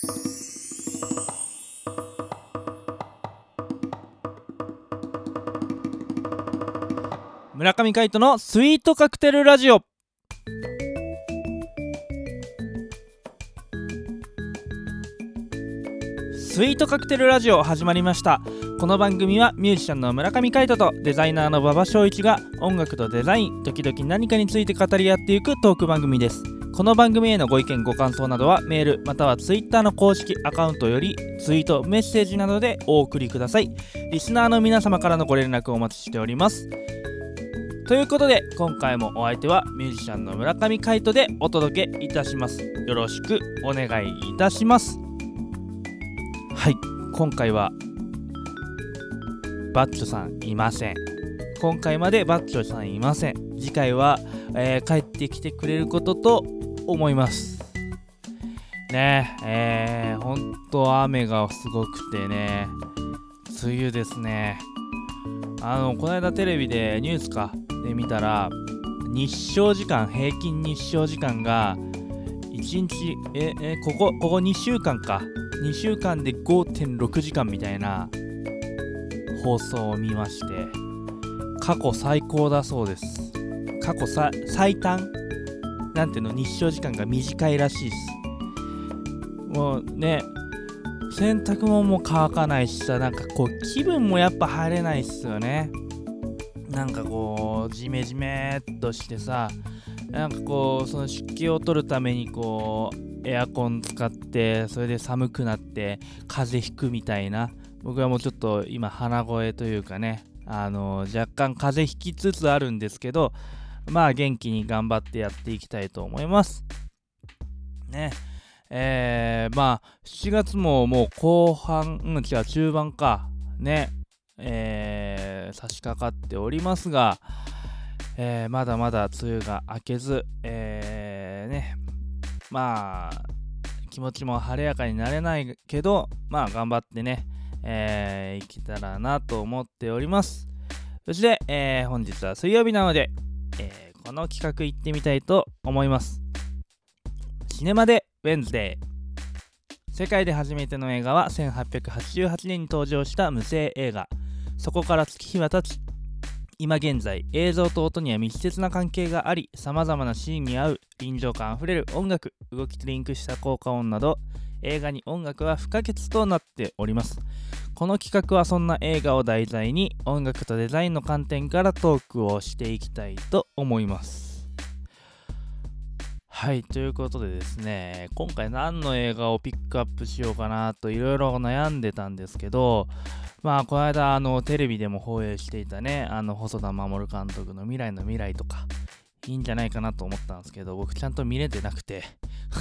村上海人のスイートカクテルラジオ。スイートカクテルラジオ始まりました。この番組はミュージシャンの村上海人とデザイナーの馬場翔一が音楽とデザイン、時々何かについて語り合っていくトーク番組です。この番組へのご意見ご感想などはメールまたはツイッターの公式アカウントよりツイートメッセージなどでお送りください。リスナーの皆様からのご連絡をお待ちしております。ということで今回もお相手はミュージシャンの村上海人でお届けいたします。よろしくお願いいたします。はい、今回はバッチョさんいません。今回までバッチョさんいません。次回は、帰ってきてくれることと思いますね。ほんと雨がすごくてね、梅雨ですね。この間テレビでニュースで見たら日照時間、平均日照時間が1日ここ2週間2週間で 5.6 時間みたいな放送を見まして、過去最高だそうです。過去最短なんていうの、日照時間が短いらしいです。もうね、洗濯物も乾かないしさ、なんかこう気分もやっぱ晴れないっすよね。なんかこうジメジメっとしてさ、なんかこうその湿気を取るためにこうエアコン使ってそれで寒くなって風邪ひくみたいな。僕はもうちょっと今鼻声というかね、若干風邪ひきつつあるんですけど、まあ元気に頑張ってやっていきたいと思いますね。まあ7月ももう後半、中盤ね、差し掛かっておりますが、まだまだ梅雨が明けず、ね、まあ気持ちも晴れやかになれないけど、まあ頑張ってね、生きたらなと思っております。そして、本日は水曜日なので、この企画行ってみたいと思います。シネマでウェンズデー。世界で初めての映画は1888年に登場した無声映画。そこから月日は経ち、今現在映像と音には密接な関係があり、様々なシーンに合う臨場感あふれる音楽、動きとリンクした効果音など、映画に音楽は不可欠となっております。この企画はそんな映画を題材に音楽とデザインの観点からトークをしていきたいと思います。はい、ということでですね、今回何の映画をピックアップしようかなといろいろ悩んでたんですけど、まあこの間テレビでも放映していたね、細田守監督の未来の未来とかいいんじゃないかなと思ったんですけど、僕ちゃんと見れてなくて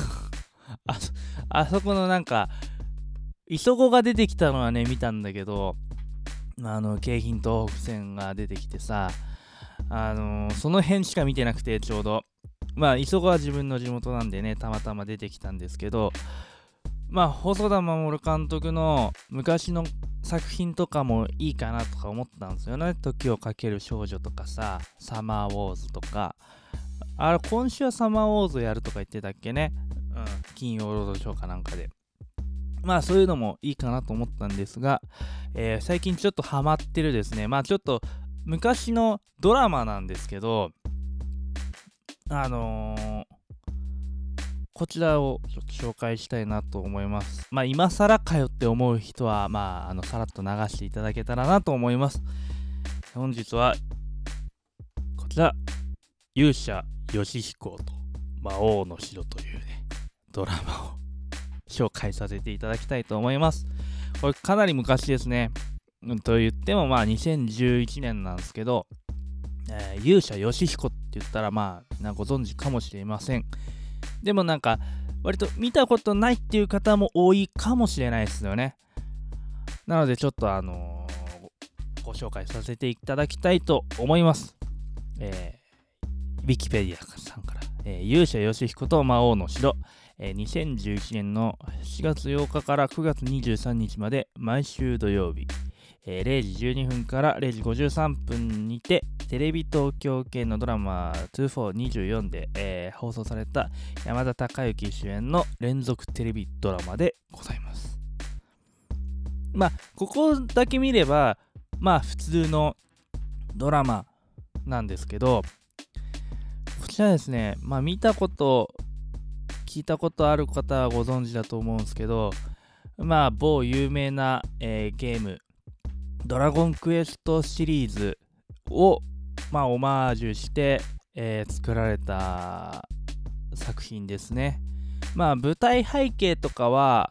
あそこのなんか磯子が出てきたのはね見たんだけど、京浜東北線が出てきてさ、その辺しか見てなくて、ちょうどまあ磯子は自分の地元なんでね、たまたま出てきたんですけど、まあ細田守監督の昔の作品とかもいいかなとか思ったんですよね。時をかける少女とかさ、サマーウォーズとか、今週はサマーウォーズやるとか言ってたっけね。金曜ロードショーかなんかで、まあそういうのもいいかなと思ったんですが、最近ちょっとハマってるですね、まあちょっと昔のドラマなんですけど、こちらを紹介したいなと思います。まあ今更かよって思う人はまあさらっと流していただけたらなと思います。本日はこちら、勇者ヨシヒコと魔王の城というねドラマを紹介させていただきたいと思います。これかなり昔ですね。と言ってもまあ2011年なんですけど、勇者ヨシヒコって言ったらまあご存知かもしれません。でもなんか割と見たことないっていう方も多いかもしれないですよね。なのでちょっとご紹介させていただきたいと思います。ウィキペディアさんから、勇者ヨシヒコと魔王の城、2011年の7月8日から9月23日まで毎週土曜日、0時12分から0時53分にてテレビ東京系のドラマ24で、放送された山田孝之主演の連続テレビドラマでございます。まあここだけ見ればまあ普通のドラマなんですけど、こちらですね、まあ見たこと聞いたことある方はご存知だと思うんですけど、まあ某有名な、ゲームドラゴンクエストシリーズをまあオマージュして、作られた作品ですね。まあ舞台背景とかは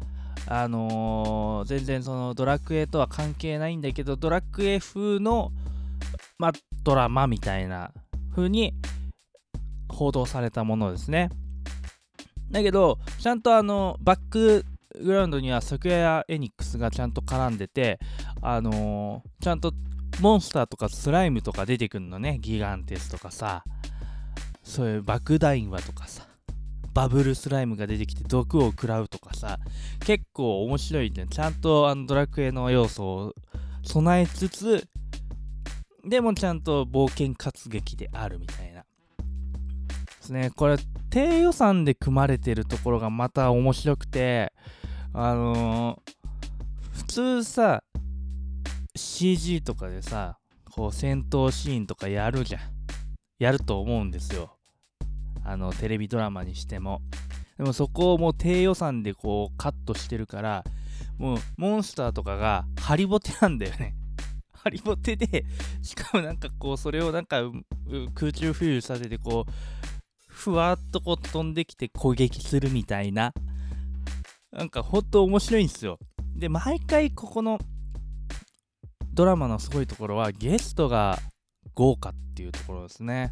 全然そのドラクエとは関係ないんだけど、ドラクエ風の、まあ、ドラマみたいな風に報道されたものですね。だけどちゃんとバックグラウンドにはスクエアエニックスがちゃんと絡んでて、ちゃんとモンスターとかスライムとか出てくるのね。ギガンテスとかさ、そういう爆弾岩とかさ、バブルスライムが出てきて毒を食らうとかさ、結構面白いんで、ちゃんとドラクエの要素を備えつつ、でもちゃんと冒険活劇であるみたいなですね。これ低予算で組まれてるところがまた面白くて、普通さ CG とかでさ、こう戦闘シーンとかやると思うんですよ。テレビドラマにしても。でもそこをもう低予算でこうカットしてるから、もうモンスターとかがハリボテなんだよね。ハリボテで、しかもなんかこうそれをなんか空中浮遊させてこうふわっとこう飛んできて攻撃するみたいな、なんかほんと面白いんですよ。で毎回ここのドラマのすごいところはゲストが豪華っていうところですね。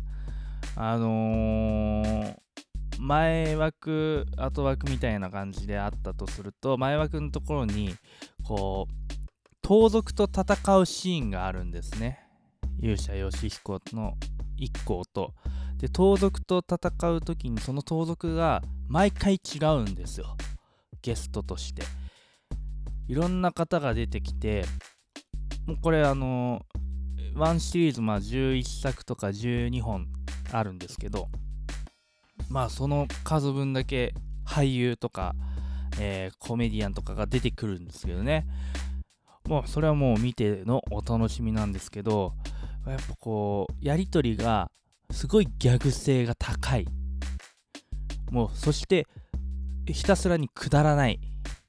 前枠後枠みたいな感じであったとすると、前枠のところにこう盗賊と戦うシーンがあるんですね。勇者ヨシヒコの一行とで、盗賊と戦う時にその盗賊が毎回違うんですよ。ゲストとしていろんな方が出てきて、もうこれ1シリーズ11作とか12本あるんですけど、まあその数分だけ俳優とか、コメディアンとかが出てくるんですけどね。もうそれはもう見てのお楽しみなんですけど、やっぱこうやりとりがすごいギャグ性が高い。もうそしてひたすらにくだらない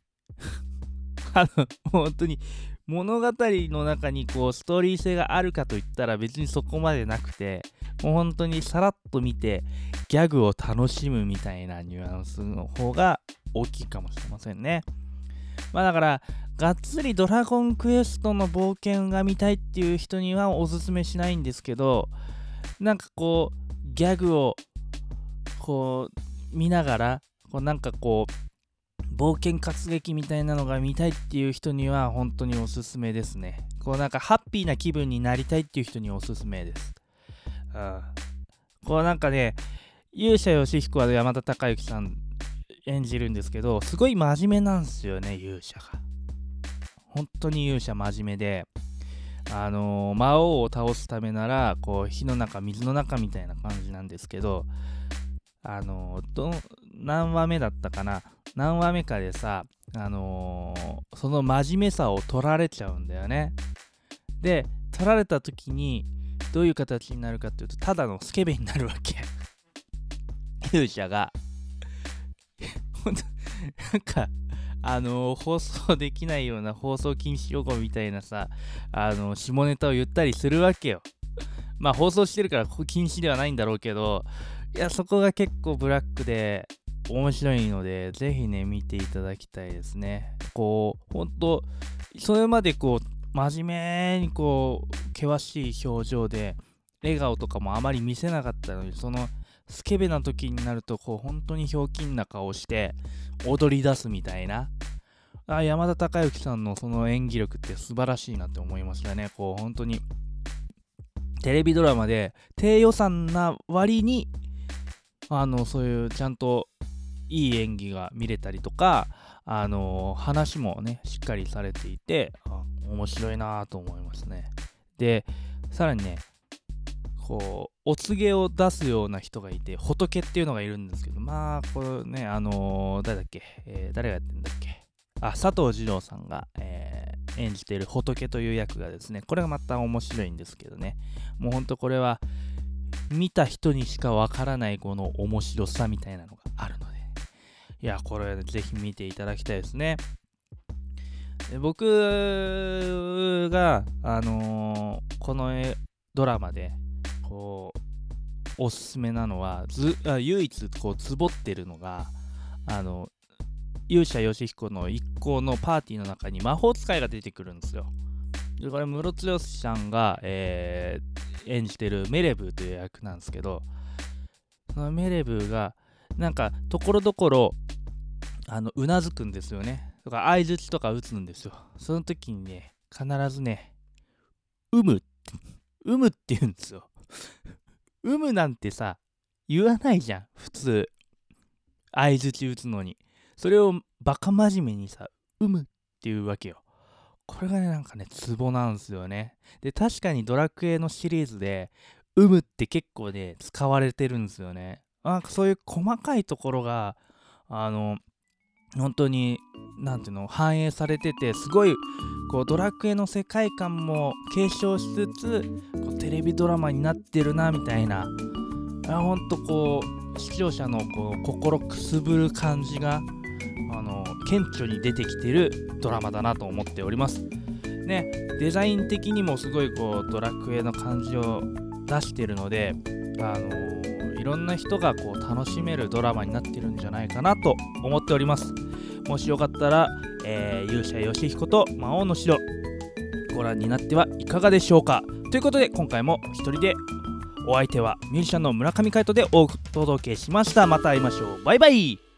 本当に物語の中にこうストーリー性があるかといったら別にそこまでなくて、もう本当にさらっと見てギャグを楽しむみたいなニュアンスの方が大きいかもしれませんね。まあだからがっつりドラゴンクエストの冒険が見たいっていう人にはおすすめしないんですけど、なんかこうギャグをこう見ながらこうなんかこう冒険活劇みたいなのが見たいっていう人には本当におすすめですね。こうなんかハッピーな気分になりたいっていう人におすすめです。こうなんかね、勇者ヨシヒコは山田孝之さん演じるんですけど、すごい真面目なんですよね。勇者が本当に勇者真面目で、魔王を倒すためならこう火の中水の中みたいな感じなんですけど、何話目だったかな、何話目かでさ、その真面目さを取られちゃうんだよね。で取られた時にどういう形になるかっていうと、ただのスケベになるわけ勇者が本当なんか放送できないような放送禁止用語みたいなさ、下ネタを言ったりするわけよ。まあ放送してるからここ禁止ではないんだろうけど、いやそこが結構ブラックで面白いので、ぜひね見ていただきたいですね。こうほんとそれまでこう真面目にこう険しい表情で笑顔とかもあまり見せなかったのに、そのスケベな時になるとこう本当にひょうきんな顔して踊り出すみたいな。山田孝之さんのその演技力って素晴らしいなって思いましたね。こう本当にテレビドラマで低予算な割にそういうちゃんといい演技が見れたりとか、話もねしっかりされていて面白いなと思いますね。でさらにね、 こうお告げを出すような人がいて、仏っていうのがいるんですけど、まあこれね、誰だっけ、誰がやってんだっけ、佐藤二朗さんが、演じている仏という役がですね、これがまた面白いんですけどね、もうほんとこれは見た人にしかわからないこの面白さみたいなのがあるので、いやこれぜひ見ていただきたいですね。で僕がこのドラマでこうおすすめなのは唯一こうツボってるのが勇者ヨシヒコの一行のパーティーの中に魔法使いが出てくるんですよ。でこれムロツヨシさんが、演じてるメレブーという役なんですけど、そのメレブーがなんかところどころうなずくんですよね。とか相槌とか打つんですよ。その時にね、必ずね、うむって言うんですよ。うむなんてさ、言わないじゃん、普通。相槌打つのに。それをバカ真面目にさ、うむっていうわけよ。これがね、なんかね、ツボなんですよね。で、確かにドラクエのシリーズで、うむって結構ね、使われてるんですよね。なんかそういう細かいところが、本当になんていうの反映されてて、すごいこうドラクエの世界観も継承しつつこうテレビドラマになってるなみたいな、ほんとこう視聴者のこう心くすぶる感じが顕著に出てきてるドラマだなと思っておりますね。デザイン的にもすごいこうドラクエの感じを出してるので、いろんな人がこう楽しめるドラマになってるんじゃないかなと思っております。もしよかったら、勇者ヨシヒコと魔王の城ご覧になってはいかがでしょうか。ということで今回も一人で、お相手はミュージシャンの村上海人でお届けしました。また会いましょう。バイバイ。